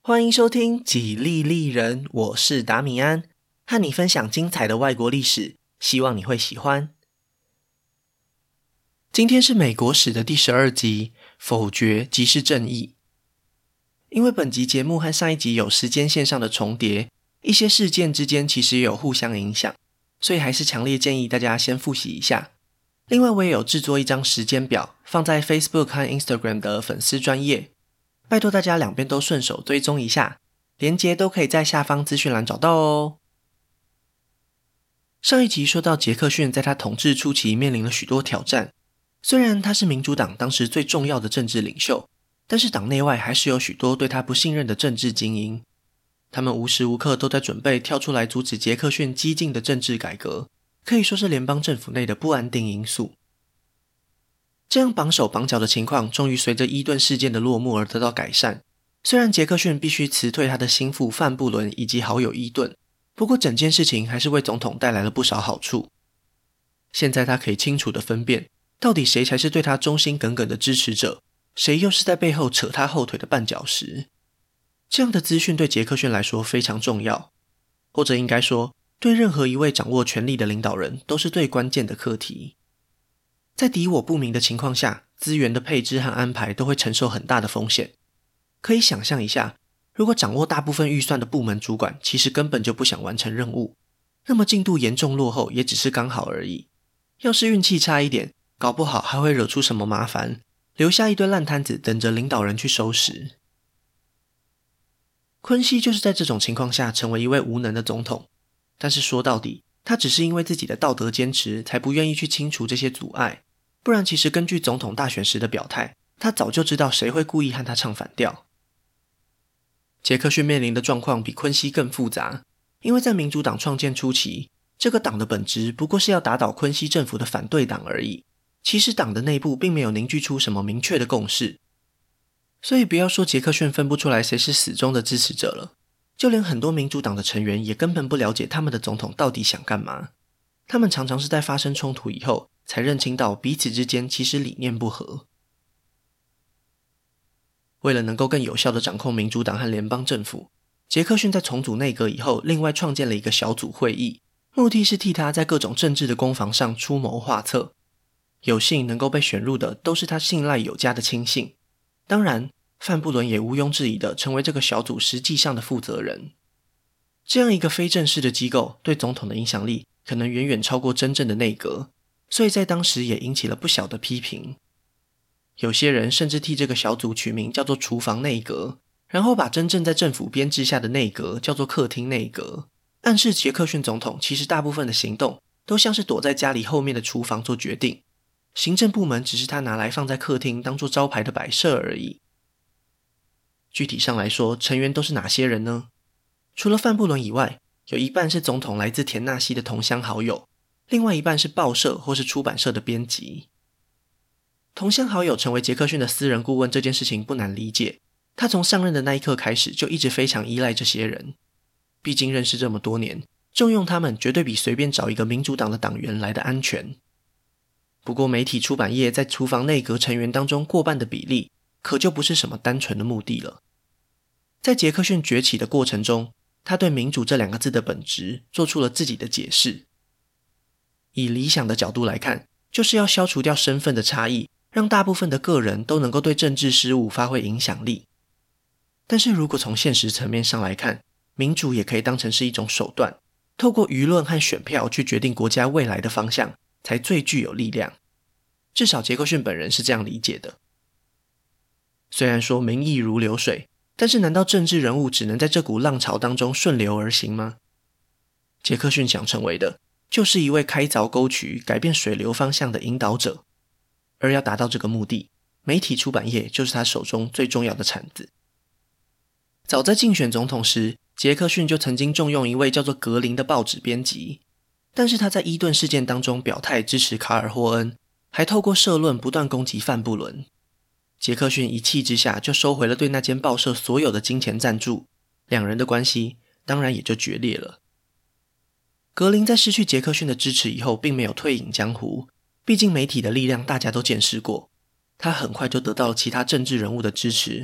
欢迎收听几利利人，我是达米安，和你分享精彩的外国历史，希望你会喜欢。今天是美国史的第12集，否决即是正义。因为本集节目和上一集有时间线上的重叠，一些事件之间其实也有互相影响，所以还是强烈建议大家先复习一下。另外我也有制作一张时间表，放在 Facebook 和 Instagram 的粉丝专页，拜托大家两边都顺手追踪一下，连结都可以在下方资讯栏找到哦。上一集说到杰克逊在他统治初期面临了许多挑战，虽然他是民主党当时最重要的政治领袖，但是党内外还是有许多对他不信任的政治精英，他们无时无刻都在准备跳出来阻止杰克逊激进的政治改革，可以说是联邦政府内的不安定因素。这样绑手绑脚的情况终于随着伊顿事件的落幕而得到改善，虽然杰克逊必须辞退他的心腹范布伦以及好友伊顿，不过整件事情还是为总统带来了不少好处。现在他可以清楚地分辨到底谁才是对他忠心耿耿的支持者，谁又是在背后扯他后腿的绊脚石。这样的资讯对杰克逊来说非常重要，或者应该说对任何一位掌握权力的领导人都是最关键的课题。在敌我不明的情况下，资源的配置和安排都会承受很大的风险。可以想象一下，如果掌握大部分预算的部门主管其实根本就不想完成任务，那么进度严重落后也只是刚好而已。要是运气差一点，搞不好还会惹出什么麻烦，留下一堆烂摊子等着领导人去收拾。昆西就是在这种情况下成为一位无能的总统，但是说到底，他只是因为自己的道德坚持才不愿意去清除这些阻碍，不然其实根据总统大选时的表态，他早就知道谁会故意和他唱反调。杰克逊面临的状况比昆西更复杂，因为在民主党创建初期，这个党的本质不过是要打倒昆西政府的反对党而已，其实党的内部并没有凝聚出什么明确的共识。所以不要说杰克逊分不出来谁是死忠的支持者了，就连很多民主党的成员也根本不了解他们的总统到底想干嘛。他们常常是在发生冲突以后才认清到彼此之间其实理念不合。为了能够更有效地掌控民主党和联邦政府，杰克逊在重组内阁以后另外创建了一个小组会议，目的是替他在各种政治的攻防上出谋划策。有幸能够被选入的都是他信赖有加的亲信，当然范布伦也毋庸置疑地成为这个小组实际上的负责人。这样一个非正式的机构对总统的影响力可能远远超过真正的内阁，所以在当时也引起了不小的批评。有些人甚至替这个小组取名叫做厨房内阁，然后把真正在政府编制下的内阁叫做客厅内阁，暗示杰克逊总统其实大部分的行动都像是躲在家里后面的厨房做决定，行政部门只是他拿来放在客厅当做招牌的摆设而已。具体上来说，成员都是哪些人呢？除了范布伦以外，有一半是总统来自田纳西的同乡好友，另外一半是报社或是出版社的编辑。同乡好友成为杰克逊的私人顾问这件事情不难理解，他从上任的那一刻开始就一直非常依赖这些人，毕竟认识这么多年，重用他们绝对比随便找一个民主党的党员来的安全。不过媒体出版业在厨房内阁成员当中过半的比例可就不是什么单纯的目的了。在杰克逊崛起的过程中，他对民主这两个字的本质做出了自己的解释。以理想的角度来看，就是要消除掉身份的差异，让大部分的个人都能够对政治事务发挥影响力。但是如果从现实层面上来看，民主也可以当成是一种手段，透过舆论和选票去决定国家未来的方向，才最具有力量。至少杰克逊本人是这样理解的。虽然说民意如流水，但是难道政治人物只能在这股浪潮当中顺流而行吗？杰克逊想成为的就是一位开凿沟渠、改变水流方向的引导者，而要达到这个目的，媒体出版业就是他手中最重要的铲子。早在竞选总统时，杰克逊就曾经重用一位叫做格林的报纸编辑，但是他在伊顿事件当中表态支持卡尔霍恩，还透过社论不断攻击范布伦。杰克逊一气之下就收回了对那间报社所有的金钱赞助，两人的关系当然也就决裂了。格林在失去杰克逊的支持以后并没有退隐江湖，毕竟媒体的力量大家都见识过，他很快就得到了其他政治人物的支持，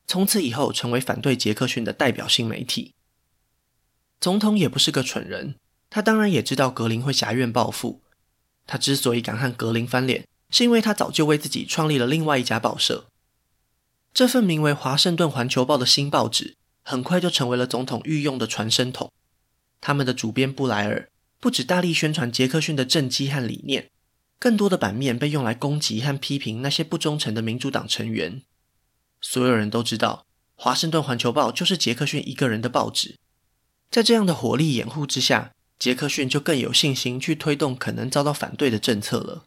从此以后成为反对杰克逊的代表性媒体。总统也不是个蠢人，他当然也知道格林会挟怨报复。他之所以敢和格林翻脸，是因为他早就为自己创立了另外一家报社。这份名为《华盛顿环球报》的新报纸很快就成为了总统御用的传声筒。他们的主编布莱尔不只大力宣传杰克逊的政绩和理念，更多的版面被用来攻击和批评那些不忠诚的民主党成员。所有人都知道，《华盛顿环球报》就是杰克逊一个人的报纸。在这样的火力掩护之下，杰克逊就更有信心去推动可能遭到反对的政策了。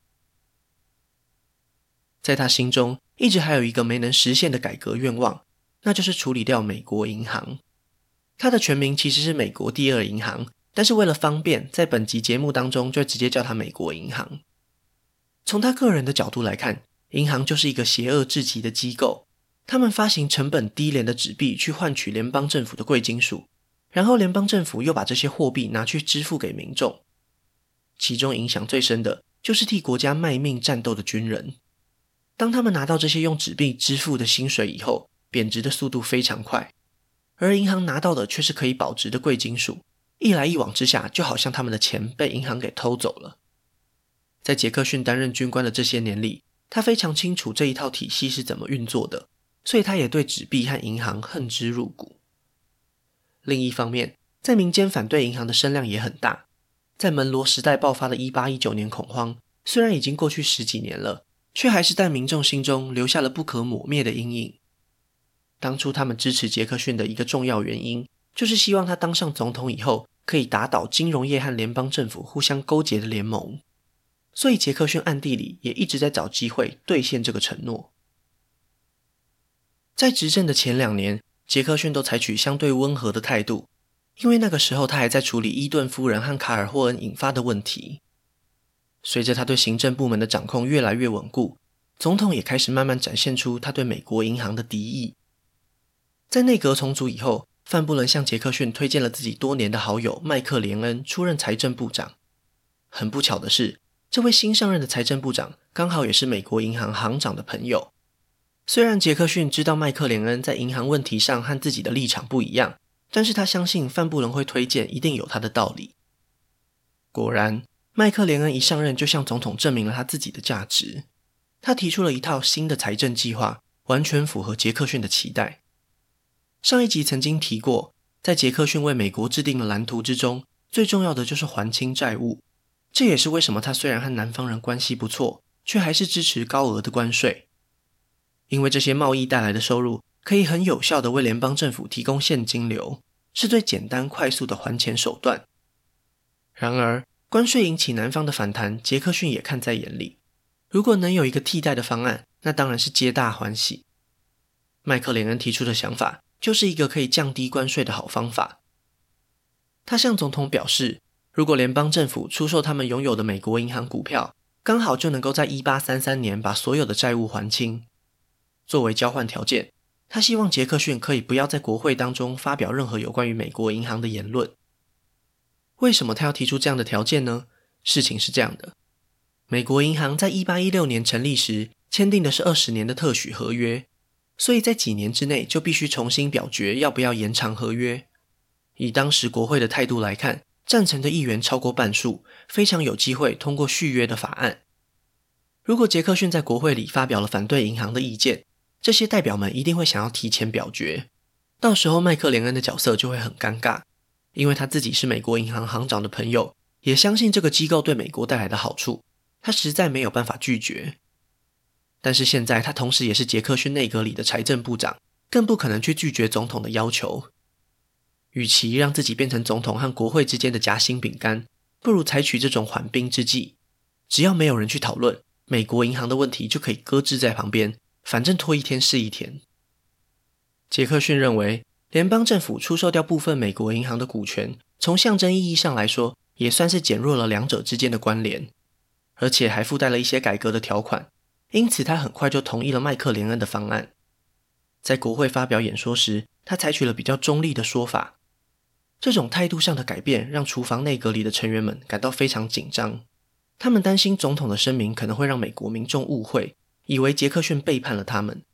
在他心中，一直还有一个没能实现的改革愿望，那就是处理掉美国银行。它的全名其实是美国第二银行，但是为了方便，在本集节目当中就直接叫它美国银行。从他个人的角度来看，银行就是一个邪恶至极的机构，他们发行成本低廉的纸币去换取联邦政府的贵金属，然后联邦政府又把这些货币拿去支付给民众。其中影响最深的就是替国家卖命战斗的军人。当他们拿到这些用纸币支付的薪水以后，贬值的速度非常快，而银行拿到的却是可以保值的贵金属，一来一往之下，就好像他们的钱被银行给偷走了。在杰克逊担任军官的这些年里，他非常清楚这一套体系是怎么运作的，所以他也对纸币和银行恨之入骨。另一方面，在民间反对银行的声量也很大。在门罗时代爆发的1819年恐慌，虽然已经过去10几年了，却还是在民众心中留下了不可抹灭的阴影。当初他们支持杰克逊的一个重要原因，就是希望他当上总统以后，可以打倒金融业和联邦政府互相勾结的联盟。所以杰克逊暗地里也一直在找机会兑现这个承诺。在执政的前2年，杰克逊都采取相对温和的态度，因为那个时候他还在处理伊顿夫人和卡尔霍恩引发的问题。随着他对行政部门的掌控越来越稳固，总统也开始慢慢展现出他对美国银行的敌意。在内阁重组以后，范布伦向杰克逊推荐了自己多年的好友麦克连恩出任财政部长。很不巧的是，这位新上任的财政部长刚好也是美国银行行长的朋友。虽然杰克逊知道麦克连恩在银行问题上和自己的立场不一样，但是他相信范布伦会推荐一定有他的道理。果然，麦克连恩一上任就向总统证明了他自己的价值。他提出了一套新的财政计划，完全符合杰克逊的期待。上一集曾经提过，在杰克逊为美国制定的蓝图之中，最重要的就是还清债务。这也是为什么他虽然和南方人关系不错，却还是支持高额的关税。因为这些贸易带来的收入可以很有效地为联邦政府提供现金流，是最简单快速的还钱手段。然而，关税引起南方的反弹，杰克逊也看在眼里。如果能有一个替代的方案，那当然是皆大欢喜。麦克连恩提出的想法就是一个可以降低关税的好方法。他向总统表示，如果联邦政府出售他们拥有的美国银行股票，刚好就能够在1833年把所有的债务还清。作为交换条件，他希望杰克逊可以不要在国会当中发表任何有关于美国银行的言论。为什么他要提出这样的条件呢？事情是这样的，美国银行在1816年成立时签订的是20年的特许合约，所以在几年之内就必须重新表决要不要延长合约。以当时国会的态度来看，赞成的议员超过半数，非常有机会通过续约的法案。如果杰克逊在国会里发表了反对银行的意见，这些代表们一定会想要提前表决，到时候麦克连恩的角色就会很尴尬，因为他自己是美国银行行长的朋友，也相信这个机构对美国带来的好处，他实在没有办法拒绝。但是现在他同时也是杰克逊内阁里的财政部长，更不可能去拒绝总统的要求。与其让自己变成总统和国会之间的夹心饼干，不如采取这种缓兵之计。只要没有人去讨论，美国银行的问题就可以搁置在旁边，反正拖一天是一天。杰克逊认为，联邦政府出售掉部分美国银行的股权，从象征意义上来说，也算是减弱了两者之间的关联，而且还附带了一些改革的条款，因此他很快就同意了麦克连恩的方案。在国会发表演说时，他采取了比较中立的说法。这种态度上的改变让厨房内阁里的成员们感到非常紧张，他们担心总统的声明可能会让美国民众误会，以为杰克逊背叛了他们，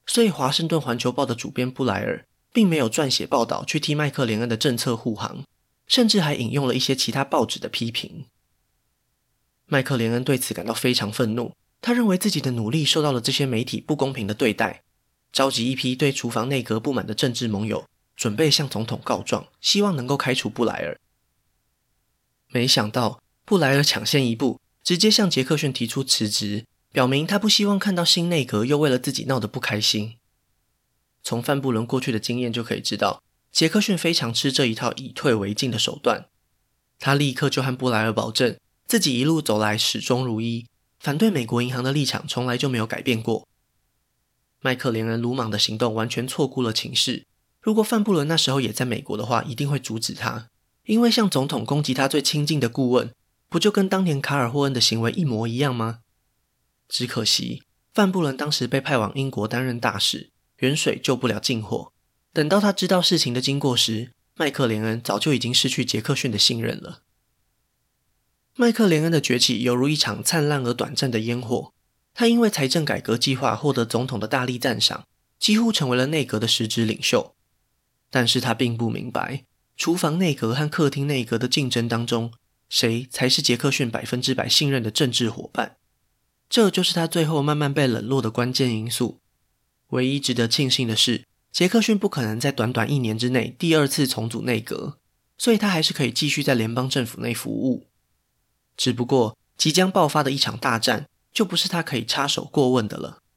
所以华盛顿环球报的主编布莱尔并没有撰写报道去替麦克连恩的政策护航，甚至还引用了一些其他报纸的批评。麦克连恩对此感到非常愤怒，他认为自己的努力受到了这些媒体不公平的对待，召集一批对厨房内阁不满的政治盟友，准备向总统告状，希望能够开除布莱尔。没想到布莱尔抢先一步，直接向杰克逊提出辞职，表明他不希望看到新内阁又为了自己闹得不开心。从范布伦过去的经验就可以知道，杰克逊非常吃这一套以退为进的手段。他立刻就和布莱尔保证，自己一路走来始终如一，反对美国银行的立场从来就没有改变过。麦克连恩鲁莽的行动完全错估了情势，如果范布伦那时候也在美国的话，一定会阻止他，因为向总统攻击他最亲近的顾问，不就跟当年卡尔霍恩的行为一模一样吗？只可惜范布伦当时被派往英国担任大使，远水救不了近火，等到他知道事情的经过时，麦克连恩早就已经失去杰克逊的信任了。麦克连恩的崛起犹如一场灿烂而短暂的烟火，他因为财政改革计划获得总统的大力赞赏，几乎成为了内阁的实质领袖。但是他并不明白，厨房内阁和客厅内阁的竞争当中，谁才是杰克逊100%信任的政治伙伴。这就是他最后慢慢被冷落的关键因素。唯一值得庆幸的是，杰克逊不可能在短短1年之内第二次重组内阁，所以他还是可以继续在联邦政府内服务。只不过即将爆发的一场大战就不是他可以插手过问的了。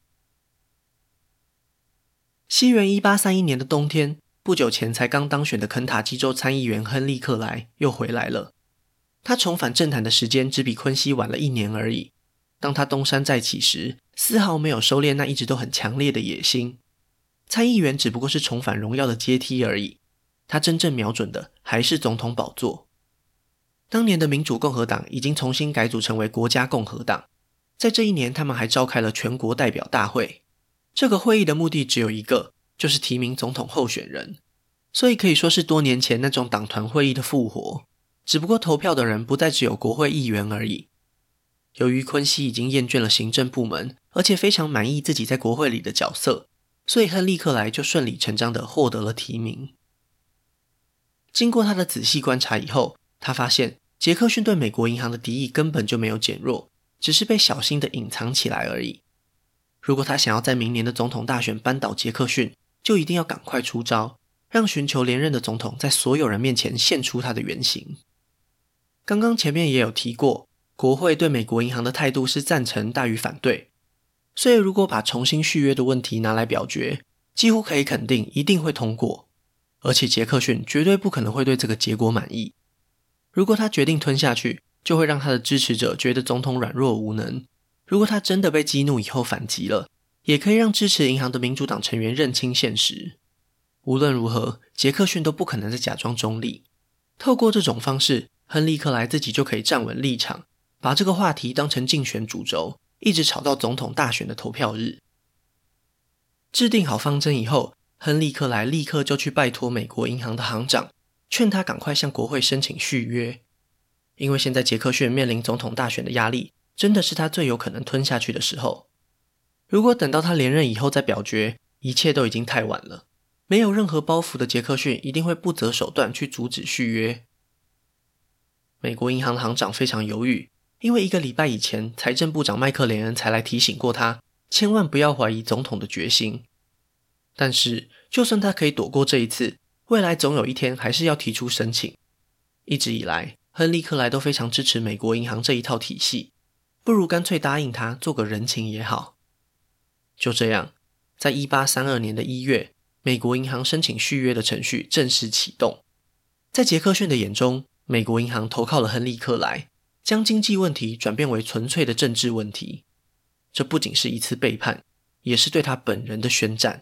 西元1831年的冬天，不久前才刚当选的肯塔基州参议员亨利·克莱又回来了。他重返政坛的时间只比昆西晚了1年而已。当他东山再起时，丝毫没有收敛那一直都很强烈的野心。参议员只不过是重返荣耀的阶梯而已，他真正瞄准的还是总统宝座。当年的民主共和党已经重新改组成为国家共和党，在这一年他们还召开了全国代表大会。这个会议的目的只有一个，就是提名总统候选人，所以可以说是多年前那种党团会议的复活，只不过投票的人不再只有国会议员而已。由于昆西已经厌倦了行政部门，而且非常满意自己在国会里的角色，所以亨利·克莱就顺理成章地获得了提名。经过他的仔细观察以后，他发现杰克逊对美国银行的敌意根本就没有减弱，只是被小心地隐藏起来而已。如果他想要在明年的总统大选扳倒杰克逊，就一定要赶快出招，让寻求连任的总统在所有人面前现出他的原形。刚刚前面也有提过，国会对美国银行的态度是赞成大于反对，所以如果把重新续约的问题拿来表决，几乎可以肯定一定会通过，而且杰克逊绝对不可能会对这个结果满意。如果他决定吞下去，就会让他的支持者觉得总统软弱无能。如果他真的被激怒以后反击了，也可以让支持银行的民主党成员认清现实。无论如何，杰克逊都不可能再假装中立。透过这种方式，亨利·克莱自己就可以站稳立场，把这个话题当成竞选主轴，一直吵到总统大选的投票日。制定好方针以后，亨利·克莱立刻就去拜托美国银行的行长，劝他赶快向国会申请续约。因为现在杰克逊面临总统大选的压力，真的是他最有可能吞下去的时候。如果等到他连任以后再表决，一切都已经太晚了。没有任何包袱的杰克逊一定会不择手段去阻止续约。美国银行的行长非常犹豫，因为1个礼拜以前，财政部长麦克连恩才来提醒过他，千万不要怀疑总统的决心。但是，就算他可以躲过这一次，未来总有一天还是要提出申请。一直以来，亨利·克莱都非常支持美国银行这一套体系，不如干脆答应他做个人情也好。就这样，在1832年的1月，美国银行申请续约的程序正式启动。在杰克逊的眼中，美国银行投靠了亨利·克莱，将经济问题转变为纯粹的政治问题。这不仅是一次背叛，也是对他本人的宣战。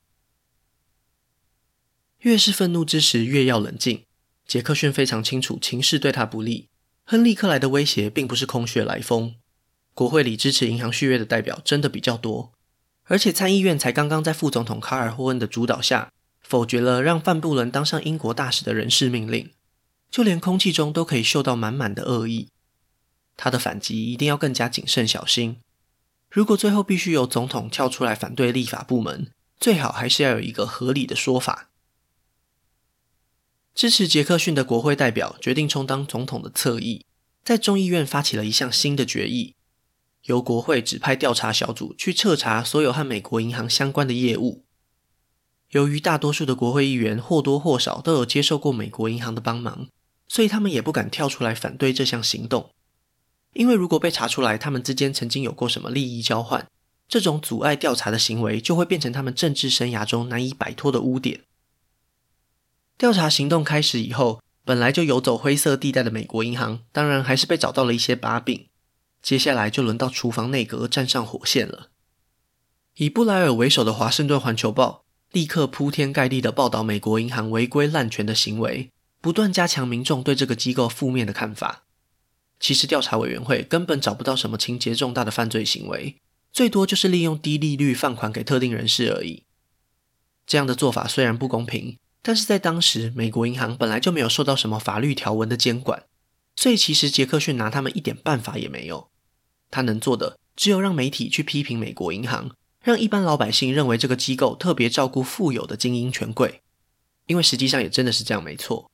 越是愤怒之时，越要冷静。杰克逊非常清楚情势对他不利，亨利·克莱的威胁并不是空穴来风。国会里支持银行续约的代表真的比较多，而且参议院才刚刚在副总统卡尔霍恩的主导下，否决了让范布伦当上英国大使的人事命令，就连空气中都可以嗅到满满的恶意。他的反击一定要更加谨慎小心。 如果最后必须由总统跳出来反对立法部门，最好还是要有一个合理的说法。支持杰克逊的国会代表决定充当总统的侧翼，在众议院发起了一项新的决议，由国会指派调查小组去彻查所有和美国银行相关的业务。由于大多数的国会议员或多或少都有接受过美国银行的帮忙，所以他们也不敢跳出来反对这项行动。因为如果被查出来他们之间曾经有过什么利益交换，这种阻碍调查的行为就会变成他们政治生涯中难以摆脱的污点。调查行动开始以后，本来就游走灰色地带的美国银行当然还是被找到了一些把柄。接下来就轮到厨房内阁站上火线了。以布莱尔为首的华盛顿环球报立刻铺天盖地地报道美国银行违规滥权的行为，不断加强民众对这个机构负面的看法。其实调查委员会根本找不到什么情节重大的犯罪行为，最多就是利用低利率放款给特定人士而已。这样的做法虽然不公平，但是在当时美国银行本来就没有受到什么法律条文的监管，所以其实杰克逊拿他们一点办法也没有。他能做的只有让媒体去批评美国银行，让一般老百姓认为这个机构特别照顾富有的精英权贵，因为实际上也真的是这样没错。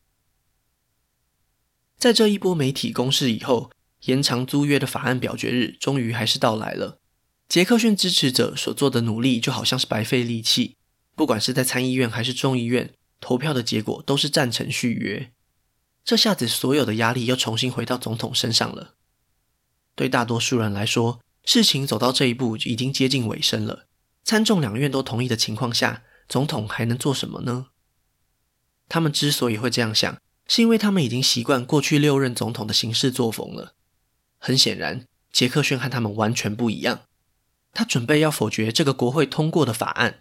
在这一波媒体攻势以后，延长租约的法案表决日终于还是到来了。杰克逊支持者所做的努力就好像是白费力气，不管是在参议院还是众议院，投票的结果都是赞成续约。这下子所有的压力又重新回到总统身上了。对大多数人来说，事情走到这一步已经接近尾声了。参众两院都同意的情况下，总统还能做什么呢？他们之所以会这样想，是因为他们已经习惯过去6任总统的行事作风了。很显然，杰克逊和他们完全不一样。他准备要否决这个国会通过的法案。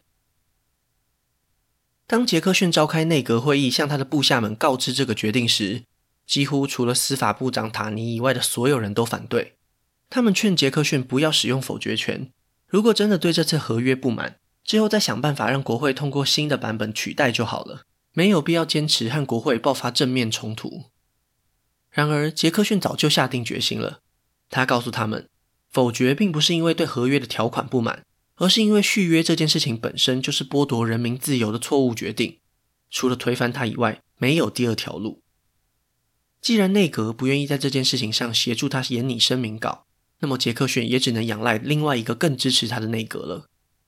当杰克逊召开内阁会议向他的部下们告知这个决定时，几乎除了司法部长塔尼以外的所有人都反对。他们劝杰克逊不要使用否决权，如果真的对这次合约不满，之后再想办法让国会通过新的版本取代就好了，没有必要坚持和国会爆发正面冲突。然而杰克逊早就下定决心了，他告诉他们，否决并不是因为对合约的条款不满，而是因为续约这件事情本身就是剥夺人民自由的错误决定，除了推翻它以外，没有第二条路。既然内阁不愿意在这件事情上协助他研拟声明稿，那么杰克逊也只能仰赖另外一个更支持他的内阁了。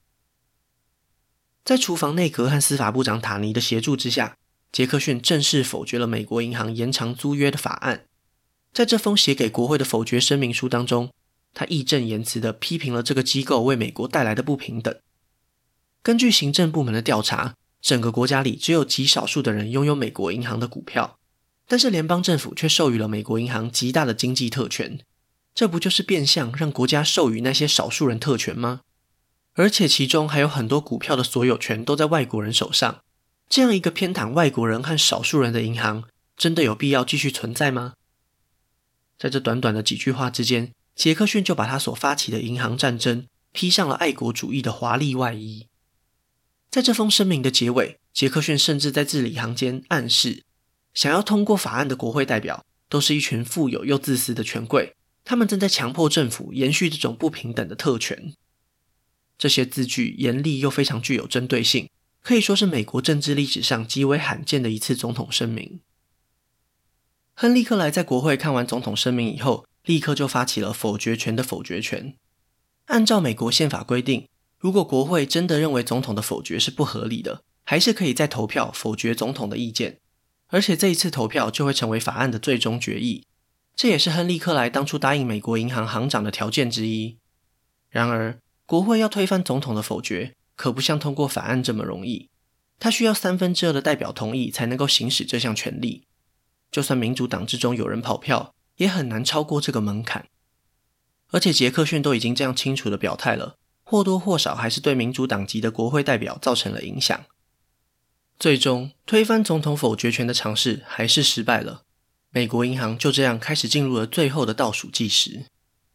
在厨房内阁和司法部长塔尼的协助之下，杰克逊正式否决了美国银行延长租约的法案。在这封写给国会的否决声明书当中，他义正言辞地批评了这个机构为美国带来的不平等。根据行政部门的调查，整个国家里只有极少数的人拥有美国银行的股票，但是联邦政府却授予了美国银行极大的经济特权，这不就是变相让国家授予那些少数人特权吗？而且其中还有很多股票的所有权都在外国人手上，这样一个偏袒外国人和少数人的银行，真的有必要继续存在吗？在这短短的几句话之间，杰克逊就把他所发起的银行战争披上了爱国主义的华丽外衣。在这封声明的结尾，杰克逊甚至在字里行间暗示，想要通过法案的国会代表都是一群富有又自私的权贵，他们正在强迫政府延续这种不平等的特权。这些字句严厉又非常具有针对性，可以说是美国政治历史上极为罕见的一次总统声明。亨利·克莱在国会看完总统声明以后，立刻就发起了否决权的否决权。按照美国宪法规定，如果国会真的认为总统的否决是不合理的，还是可以再投票否决总统的意见，而且这一次投票就会成为法案的最终决议。这也是亨利·克莱当初答应美国银行行长的条件之一。然而，国会要推翻总统的否决，可不像通过法案这么容易，他需要2/3的代表同意才能够行使这项权利。就算民主党之中有人跑票，也很难超过这个门槛。而且杰克逊都已经这样清楚地表态了，或多或少还是对民主党籍的国会代表造成了影响。最终，推翻总统否决权的尝试还是失败了。美国银行就这样开始进入了最后的倒数计时。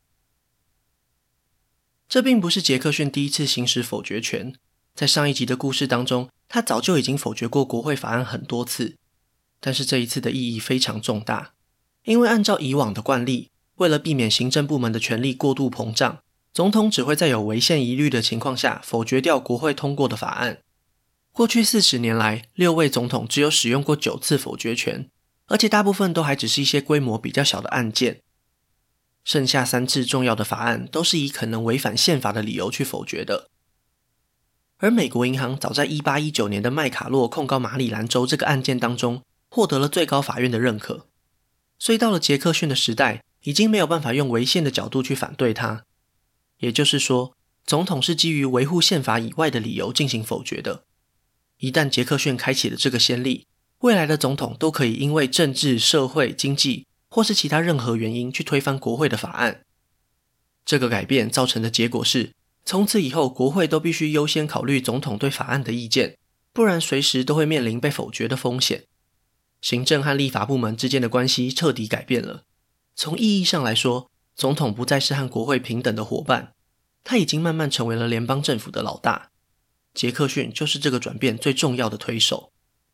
这并不是杰克逊第一次行使否决权，在上一集的故事当中，他早就已经否决过国会法案很多次。但是这一次的意义非常重大，因为按照以往的惯例，为了避免行政部门的权力过度膨胀， 总统只会在有违宪疑虑的情况下否决掉国会通过的法案。过去40年来，6位总统只有使用过9次否决权，而且大部分都还只是一些规模比较小的案件。剩下3次重要的法案都是以可能违反宪法的理由去否决的。而美国银行早在1819年的麦卡洛控告马里兰州这个案件当中获得了最高法院的认可，所以到了杰克逊的时代，已经没有办法用违宪的角度去反对他。也就是说，总统是基于维护宪法以外的理由进行否决的。一旦杰克逊开启了这个先例，未来的总统都可以因为政治、社会、经济或是其他任何原因去推翻国会的法案。这个改变造成的结果是，从此以后国会都必须优先考虑总统对法案的意见，不然随时都会面临被否决的风险。行政和立法部门之间的关系彻底改变了。从意义上来说，总统不再是和国会平等的伙伴，他已经慢慢成为了联邦政府的老大。杰克逊就是这个转变最重要的推手。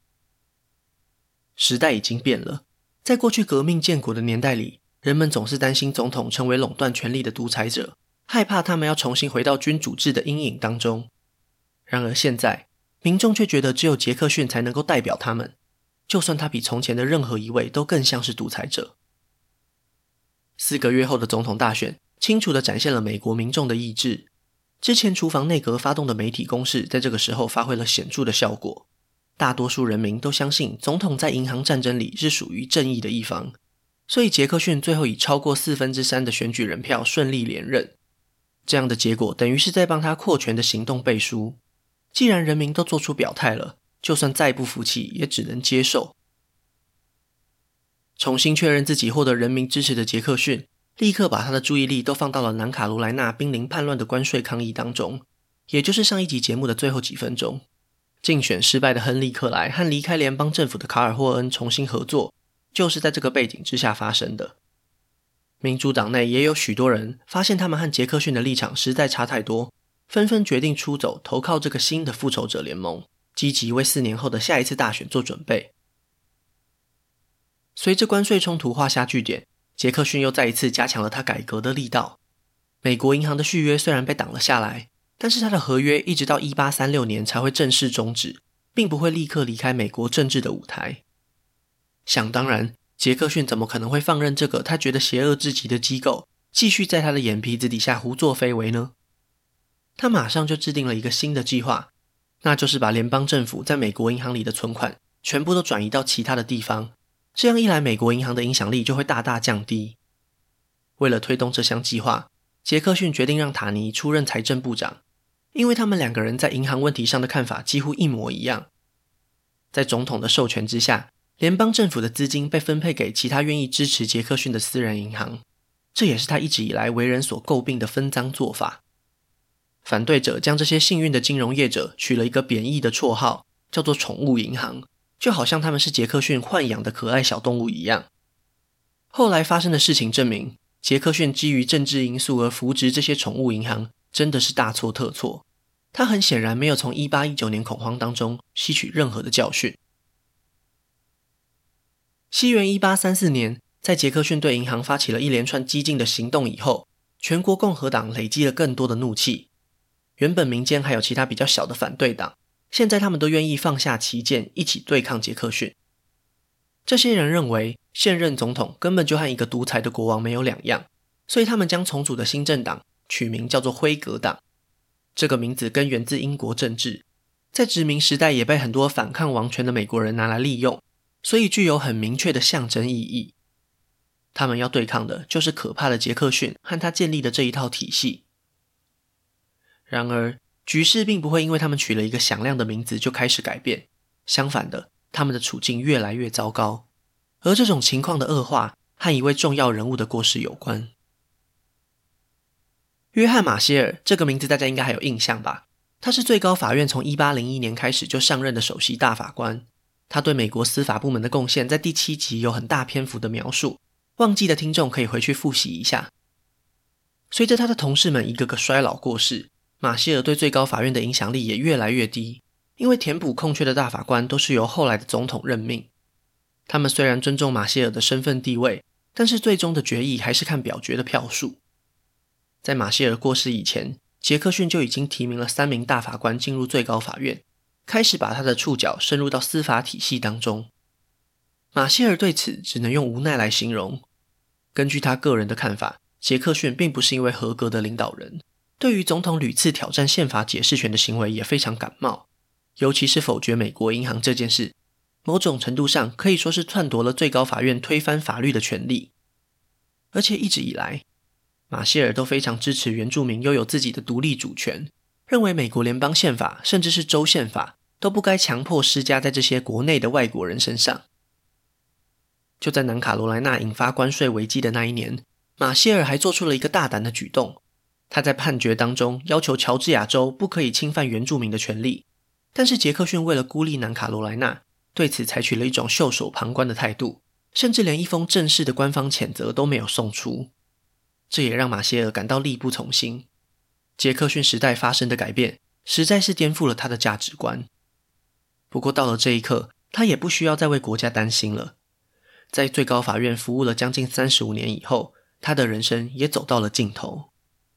时代已经变了，在过去革命建国的年代里，人们总是担心总统成为垄断权力的独裁者，害怕他们要重新回到君主制的阴影当中。然而现在，民众却觉得只有杰克逊才能够代表他们，就算他比从前的任何一位都更像是独裁者。4个月后的总统大选，清楚地展现了美国民众的意志。之前厨房内阁发动的媒体攻势在这个时候发挥了显著的效果。大多数人民都相信总统在银行战争里是属于正义的一方，所以杰克逊最后以超过3/4的选举人票顺利连任。这样的结果等于是在帮他扩权的行动背书。既然人民都做出表态了，就算再不服气也只能接受。重新确认自己获得人民支持的杰克逊，立刻把他的注意力都放到了南卡罗来纳濒临叛乱的关税抗议当中，也就是上一集节目的最后几分钟。竞选失败的亨利·克莱和离开联邦政府的卡尔·霍恩重新合作，就是在这个背景之下发生的。民主党内也有许多人发现他们和杰克逊的立场实在差太多，纷纷决定出走，投靠这个新的复仇者联盟，积极为4年后的下一次大选做准备。随着关税冲突画下句点，杰克逊又再一次加强了他改革的力道。美国银行的续约虽然被挡了下来，但是他的合约一直到1836年才会正式终止，并不会立刻离开美国政治的舞台。想当然，杰克逊怎么可能会放任这个他觉得邪恶至极的机构继续在他的眼皮子底下胡作非为呢？他马上就制定了一个新的计划，那就是把联邦政府在美国银行里的存款全部都转移到其他的地方，这样一来美国银行的影响力就会大大降低。为了推动这项计划，杰克逊决定让塔尼出任财政部长，因为他们2个人在银行问题上的看法几乎一模一样。在总统的授权之下，联邦政府的资金被分配给其他愿意支持杰克逊的私人银行，这也是他一直以来为人所诟病的分赃做法。反对者将这些幸运的金融业者取了一个贬义的绰号，叫做宠物银行，就好像他们是杰克逊豢养的可爱小动物一样。后来发生的事情证明，杰克逊基于政治因素而扶植这些宠物银行真的是大错特错。他很显然没有从1819年恐慌当中吸取任何的教训。西元1834年，在杰克逊对银行发起了一连串激进的行动以后，全国共和党累积了更多的怒气。原本民间还有其他比较小的反对党，现在他们都愿意放下旗舰，一起对抗杰克逊。这些人认为现任总统根本就和一个独裁的国王没有两样，所以他们将重组的新政党取名叫做辉格党。这个名字根源自英国政治，在殖民时代也被很多反抗王权的美国人拿来利用，所以具有很明确的象征意义。他们要对抗的就是可怕的杰克逊和他建立的这一套体系。然而，局势并不会因为他们取了一个响亮的名字就开始改变，相反的，他们的处境越来越糟糕。而这种情况的恶化和一位重要人物的过世有关。约翰·马歇尔这个名字大家应该还有印象吧？他是最高法院从1801年开始就上任的首席大法官。他对美国司法部门的贡献在第7集有很大篇幅的描述，忘记的听众可以回去复习一下。随着他的同事们一个个衰老过世，马歇尔对最高法院的影响力也越来越低，因为填补空缺的大法官都是由后来的总统任命。他们虽然尊重马歇尔的身份地位，但是最终的决议还是看表决的票数。 在马歇尔过世以前，杰克逊就已经提名了3名大法官进入最高法院，开始把他的触角深入到司法体系当中。马歇尔对此只能用无奈来形容。根据他个人的看法，杰克逊并不是因为合格的领导人，对于总统屡次挑战宪法解释权的行为也非常感冒，尤其是否决美国银行这件事，某种程度上可以说是篡夺了最高法院推翻法律的权利。而且一直以来，马歇尔都非常支持原住民拥有自己的独立主权，认为美国联邦宪法甚至是州宪法都不该强迫施加在这些国内的外国人身上。就在南卡罗来纳引发关税危机的那一年，马歇尔还做出了一个大胆的举动，他在判决当中要求乔治亚州不可以侵犯原住民的权利，但是杰克逊为了孤立南卡罗来纳，对此采取了一种袖手旁观的态度，甚至连一封正式的官方谴责都没有送出。这也让马歇尔感到力不从心。杰克逊时代发生的改变实在是颠覆了他的价值观。不过到了这一刻，他也不需要再为国家担心了。在最高法院服务了将近35年以后，他的人生也走到了尽头。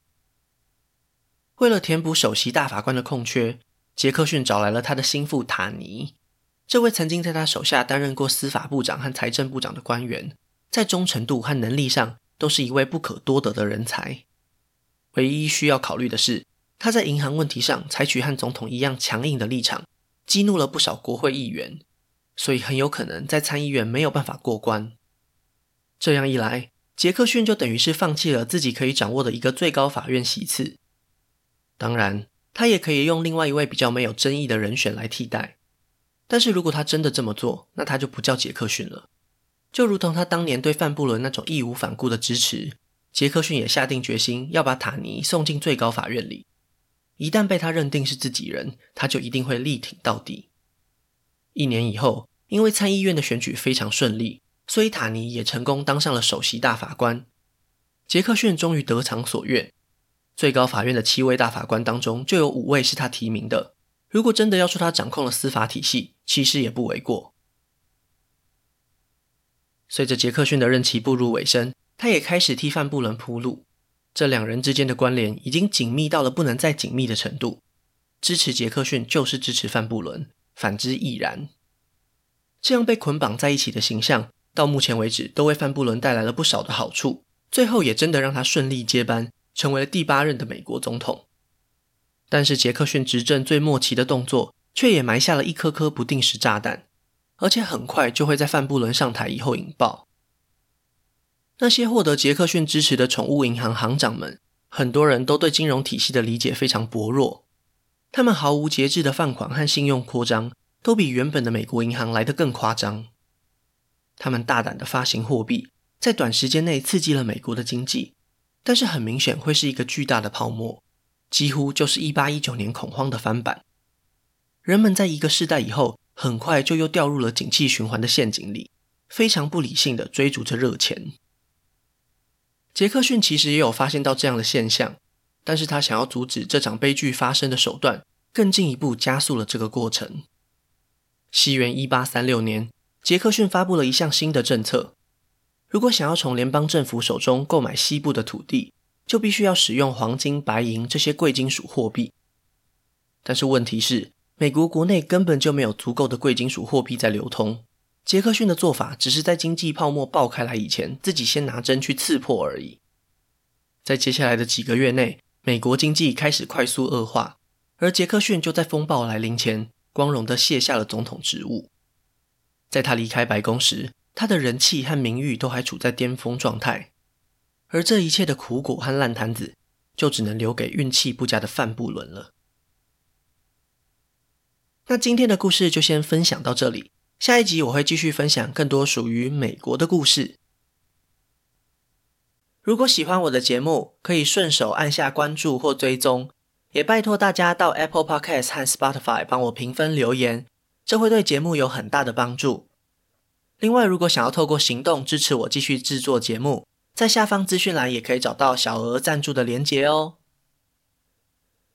为了填补首席大法官的空缺，杰克逊找来了他的心腹塔尼。这位曾经在他手下担任过司法部长和财政部长的官员，在忠诚度和能力上都是一位不可多得的人才。唯一需要考虑的是，他在银行问题上采取和总统一样强硬的立场，激怒了不少国会议员，所以很有可能在参议院没有办法过关。这样一来，杰克逊就等于是放弃了自己可以掌握的一个最高法院席次。当然，他也可以用另外一位比较没有争议的人选来替代。但是如果他真的这么做，那他就不叫杰克逊了。就如同他当年对范布伦那种义无反顾的支持，杰克逊也下定决心要把塔尼送进最高法院里。一旦被他认定是自己人，他就一定会力挺到底。1年以后，因为参议院的选举非常顺利，所以塔尼也成功当上了首席大法官。杰克逊终于得偿所愿，最高法院的7位大法官当中就有5位是他提名的。如果真的要说他掌控了司法体系，其实也不为过。随着杰克逊的任期步入尾声，他也开始替范布伦铺路。这两人之间的关联已经紧密到了不能再紧密的程度。支持杰克逊就是支持范布伦，反之亦然。这样被捆绑在一起的形象，到目前为止都为范布伦带来了不少的好处，最后也真的让他顺利接班，成为了第8任的美国总统。但是杰克逊执政最末期的动作，却也埋下了一颗颗不定时炸弹，而且很快就会在范布伦上台以后引爆。那些获得杰克逊支持的宠物银行行长们，很多人都对金融体系的理解非常薄弱，他们毫无节制的放款和信用扩张，都比原本的美国银行来得更夸张。他们大胆的发行货币，在短时间内刺激了美国的经济，但是很明显会是一个巨大的泡沫，几乎就是1819年恐慌的翻版。人们在一个世代以后，很快就又掉入了景气循环的陷阱里，非常不理性的追逐着热钱。杰克逊其实也有发现到这样的现象，但是他想要阻止这场悲剧发生的手段，更进一步加速了这个过程。西元1836年，杰克逊发布了一项新的政策，如果想要从联邦政府手中购买西部的土地，就必须要使用黄金、白银这些贵金属货币。但是问题是，美国国内根本就没有足够的贵金属货币在流通，杰克逊的做法只是在经济泡沫爆开来以前，自己先拿针去刺破而已。在接下来的几个月内，美国经济开始快速恶化，而杰克逊就在风暴来临前，光荣地卸下了总统职务。在他离开白宫时，他的人气和名誉都还处在巅峰状态，而这一切的苦果和烂摊子，就只能留给运气不佳的范布伦了。那今天的故事就先分享到这里，下一集我会继续分享更多属于美国的故事。如果喜欢我的节目，可以顺手按下关注或追踪，也拜托大家到 Apple Podcast 和 Spotify 帮我评分留言，这会对节目有很大的帮助。另外，如果想要透过行动支持我继续制作节目，在下方资讯栏也可以找到小额赞助的连结哦。